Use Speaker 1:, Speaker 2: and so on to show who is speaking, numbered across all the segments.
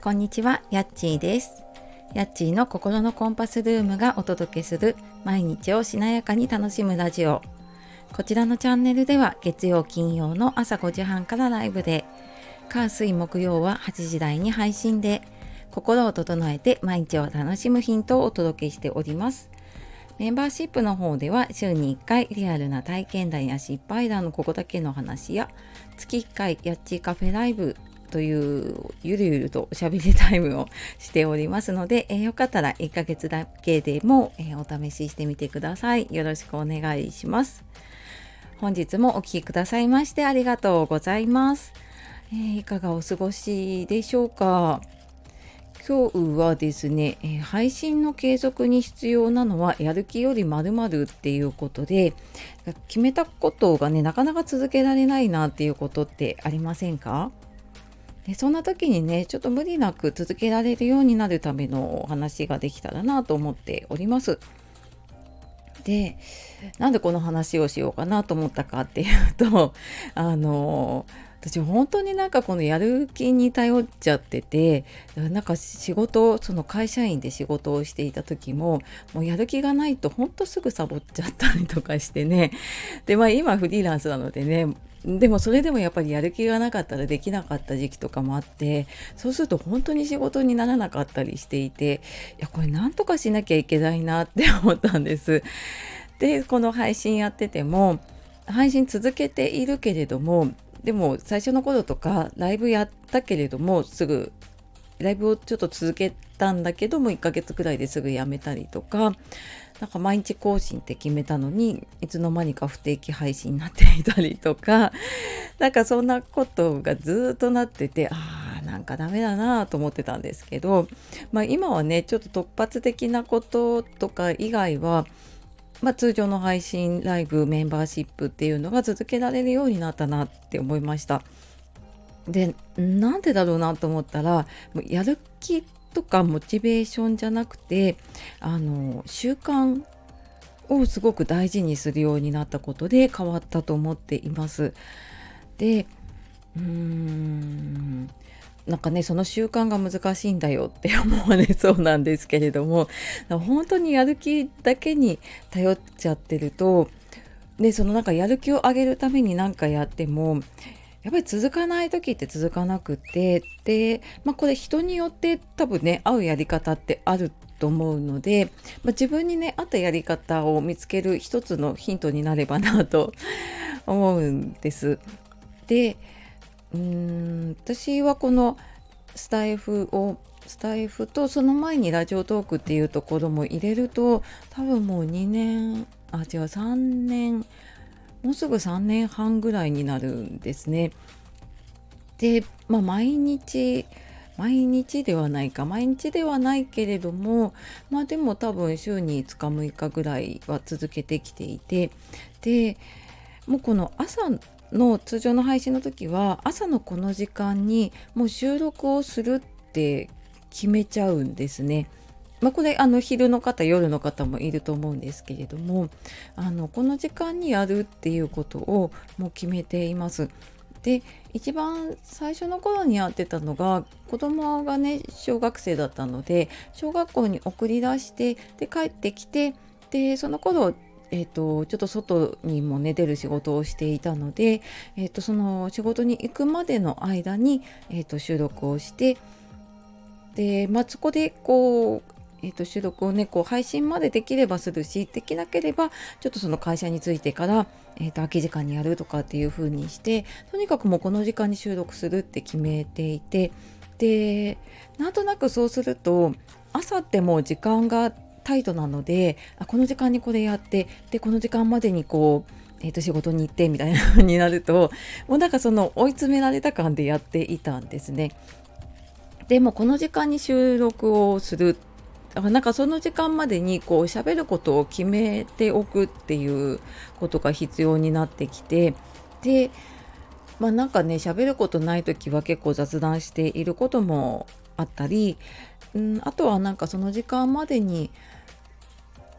Speaker 1: こんにちは、やっちーです。やっちーの心のコンパスルームがお届けする毎日をしなやかに楽しむラジオ。こちらのチャンネルでは月曜金曜の朝5時半からライブで、火水木曜は8時台に配信で、心を整えて毎日を楽しむヒントをお届けしております。メンバーシップの方では週に1回リアルな体験談や失敗談のここだけの話や、月1回やっちーカフェライブというゆるゆるとおしゃべりタイムをしておりますので、よかったら1ヶ月だけでも、お試ししてみてください。よろしくお願いします。本日もお聞きくださいましてありがとうございます。いかがお過ごしでしょうか。今日はですね、配信の継続に必要なのはやる気より〇〇っていうことで、決めたことがねなかなか続けられないなっていうことってありませんか？でそんな時にねちょっと無理なく続けられるようになるためのお話ができたらなと思っております。で、なんでこの話をしようかなと思ったかっていうと私本当にこのやる気に頼っちゃってて、仕事、その会社員で仕事をしていた時ももうやる気がないと本当すぐサボっちゃったりとかしてね。で今フリーランスなのでね、でもそれでもやっぱりやる気がなかったらできなかった時期とかもあって、そうすると本当に仕事にならなかったりしていて、いやこれなんとかしなきゃいけないなって思ったんです。でこの配信やってても配信続けているけれども、でも最初の頃とかライブやったけれどもすぐライブをちょっと続けたんだけども1ヶ月くらいですぐやめたりとか、毎日更新って決めたのにいつの間にか不定期配信になっていたりとか、そんなことがずっとなってて、ダメだなと思ってたんですけど、今はねちょっと突発的なこととか以外は通常の配信ライブメンバーシップっていうのが続けられるようになったなって思いました。で、なんでだろうなと思ったら、もうやる気とかモチベーションじゃなくて、習慣をすごく大事にするようになったことで変わったと思っています。で、その習慣が難しいんだよって思われそうなんですけれども、本当にやる気だけに頼っちゃってると、でそのやる気を上げるためにやってもやっぱり続かない時って続かなくて、で、これ人によって多分ね合うやり方ってあると思うので、自分にね合ったやり方を見つける一つのヒントになればなと思うんです。で、私はこのスタイフとその前にラジオトークっていうところも入れると多分もう3年、もうすぐ3年半ぐらいになるんですね。で、毎日ではないけれども、でも多分週に5日6日ぐらいは続けてきていて、でもうこの朝の通常の配信の時は朝のこの時間にもう収録をするって決めちゃうんですね。これ昼の方夜の方もいると思うんですけれども、この時間にやるっていうことをもう決めています。で、一番最初の頃にやってたのが子供がね小学生だったので、小学校に送り出してで帰ってきて、でその頃ちょっと外にもね出る仕事をしていたので、その仕事に行くまでの間に、収録をして、で、そこで収録をね配信までできればするし、できなければちょっとその会社に着いてから、空き時間にやるとかっていう風にして、とにかくもうこの時間に収録するって決めていて、でなんとなくそうすると朝ってもう時間がタイトなので、この時間にこれやって、でこの時間までに仕事に行ってみたいな風になると、もうその追い詰められた感でやっていたんですね。でもこの時間に収録をする、その時間までに喋ることを決めておくっていうことが必要になってきて、で喋ることない時は結構雑談していることもあったり、あとはその時間までに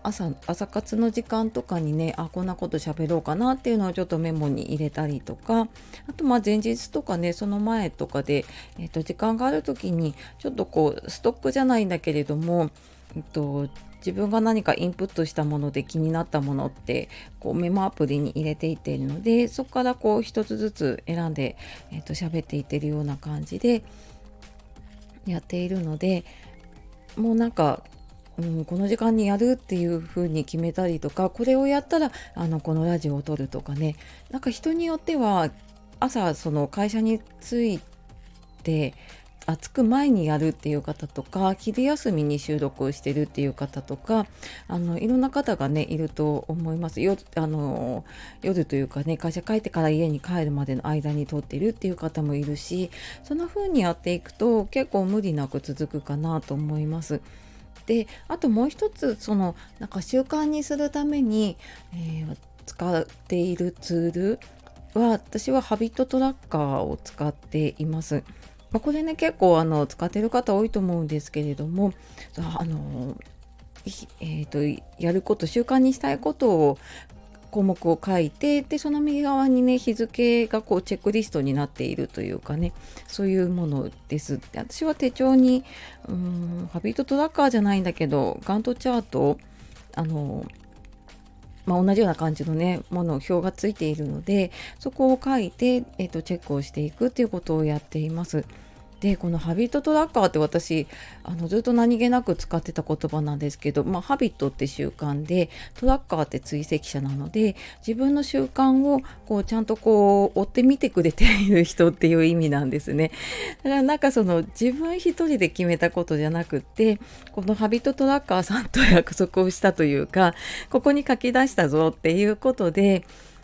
Speaker 1: 朝活の時間とかにね、こんなこと喋ろうかなっていうのをちょっとメモに入れたりとか、あと前日とかね、その前とかで、時間がある時にちょっとストックじゃないんだけれども、自分が何かインプットしたもので気になったものってメモアプリに入れていっているので、そこから一つずつ選んで喋っていってるような感じでやっているので、もうこの時間にやるっていう風に決めたりとか、これをやったらこのラジオを撮るとかね、人によっては朝その会社に着いて着く前にやるっていう方とか、昼休みに収録をしてるっていう方とか、いろんな方がねいると思います。夜というかね、会社帰ってから家に帰るまでの間に撮ってるっていう方もいるし、そんな風にやっていくと結構無理なく続くかなと思います。で、あともう一つ習慣にするために、使っているツールは、私はハビットトラッカーを使っています。これね結構使っている方多いと思うんですけれども、やること、習慣にしたいことを項目を書いて、でその右側にね日付がチェックリストになっているというかね、そういうものです。で、私は手帳にハビットトラッカーじゃないんだけど、ガントチャート同じような感じのねもの表がついているので、そこを書いて、チェックをしていくっていうことをやっています。で、このハビットトラッカーって私ずっと何気なく使ってた言葉なんですけど、ハビットって習慣で、トラッカーって追跡者なので、自分の習慣をちゃんと追ってみてくれている人っていう意味なんですね。だからその自分一人で決めたことじゃなくって、このハビットトラッカーさんと約束をしたというか、ここに書き出したぞっていうことで、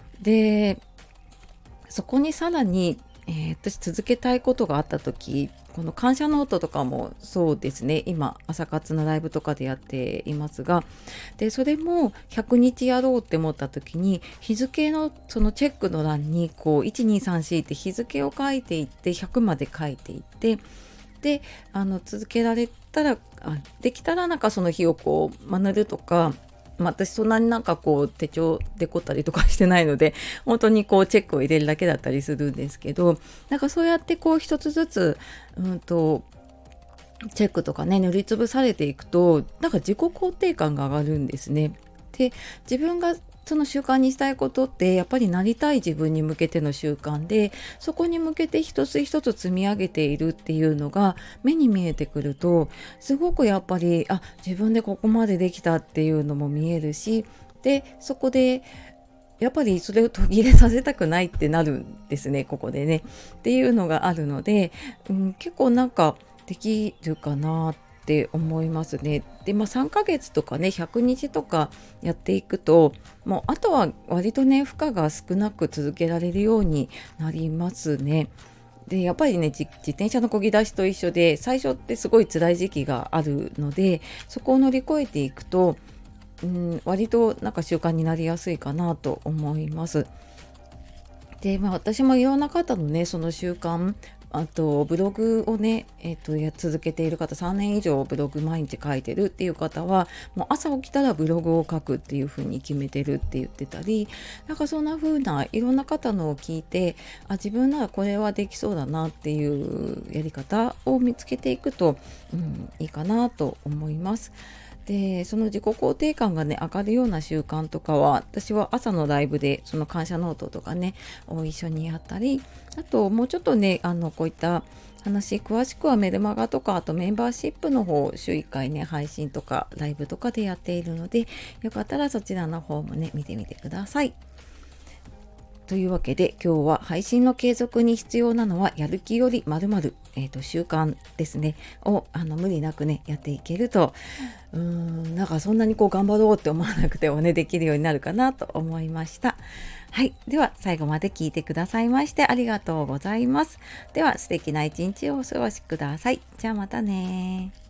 Speaker 1: そこにさらに私続けたいことがあった時、この感謝ノートとかもそうですね、今朝活のライブとかでやっていますが、でそれも100日やろうって思った時に、日付のそのチェックの欄に1234って日付を書いていって、100まで書いていって、で続けられたらできたらその日を学ぶとか、私そんなに手帳で凝ったりとかしてないので、本当にチェックを入れるだけだったりするんですけど、そうやって一つずつチェックとかね塗りつぶされていくと、自己肯定感が上がるんですね。で、自分がその習慣にしたいことってやっぱりなりたい自分に向けての習慣で、そこに向けて一つ一つ積み上げているっていうのが目に見えてくると、すごくやっぱり自分でここまでできたっていうのも見えるし、でそこでやっぱりそれを途切れさせたくないってなるんですね、ここでねっていうのがあるので、結構できるかなって思いますね。で、3ヶ月とかね100日とかやっていくと、もうあとは割とね負荷が少なく続けられるようになりますね。で、やっぱりね自転車の漕ぎ出しと一緒で、最初ってすごい辛い時期があるので、そこを乗り越えていくと割と習慣になりやすいかなと思います。で、私もいろんな方のねその習慣、あとブログをね、続けている方、3年以上ブログ毎日書いてるっていう方は、もう朝起きたらブログを書くっていう風に決めてるって言ってたり、そんな風ないろんな方のを聞いて、自分ならこれはできそうだなっていうやり方を見つけていくと、いいかなと思います。で、その自己肯定感がね上がるような習慣とかは、私は朝のライブでその感謝ノートとかねを一緒にやったり、あともうちょっとねこういった話詳しくはメルマガとか、あとメンバーシップの方週1回ね配信とかライブとかでやっているので、よかったらそちらの方もね見てみてください。というわけで、今日は配信の継続に必要なのはやる気より〇〇、習慣ですねを無理なくねやっていけると、そんなに頑張ろうって思わなくてもねできるようになるかなと思いました。はい、では最後まで聞いてくださいましてありがとうございます。では素敵な一日をお過ごしください。じゃあまたね。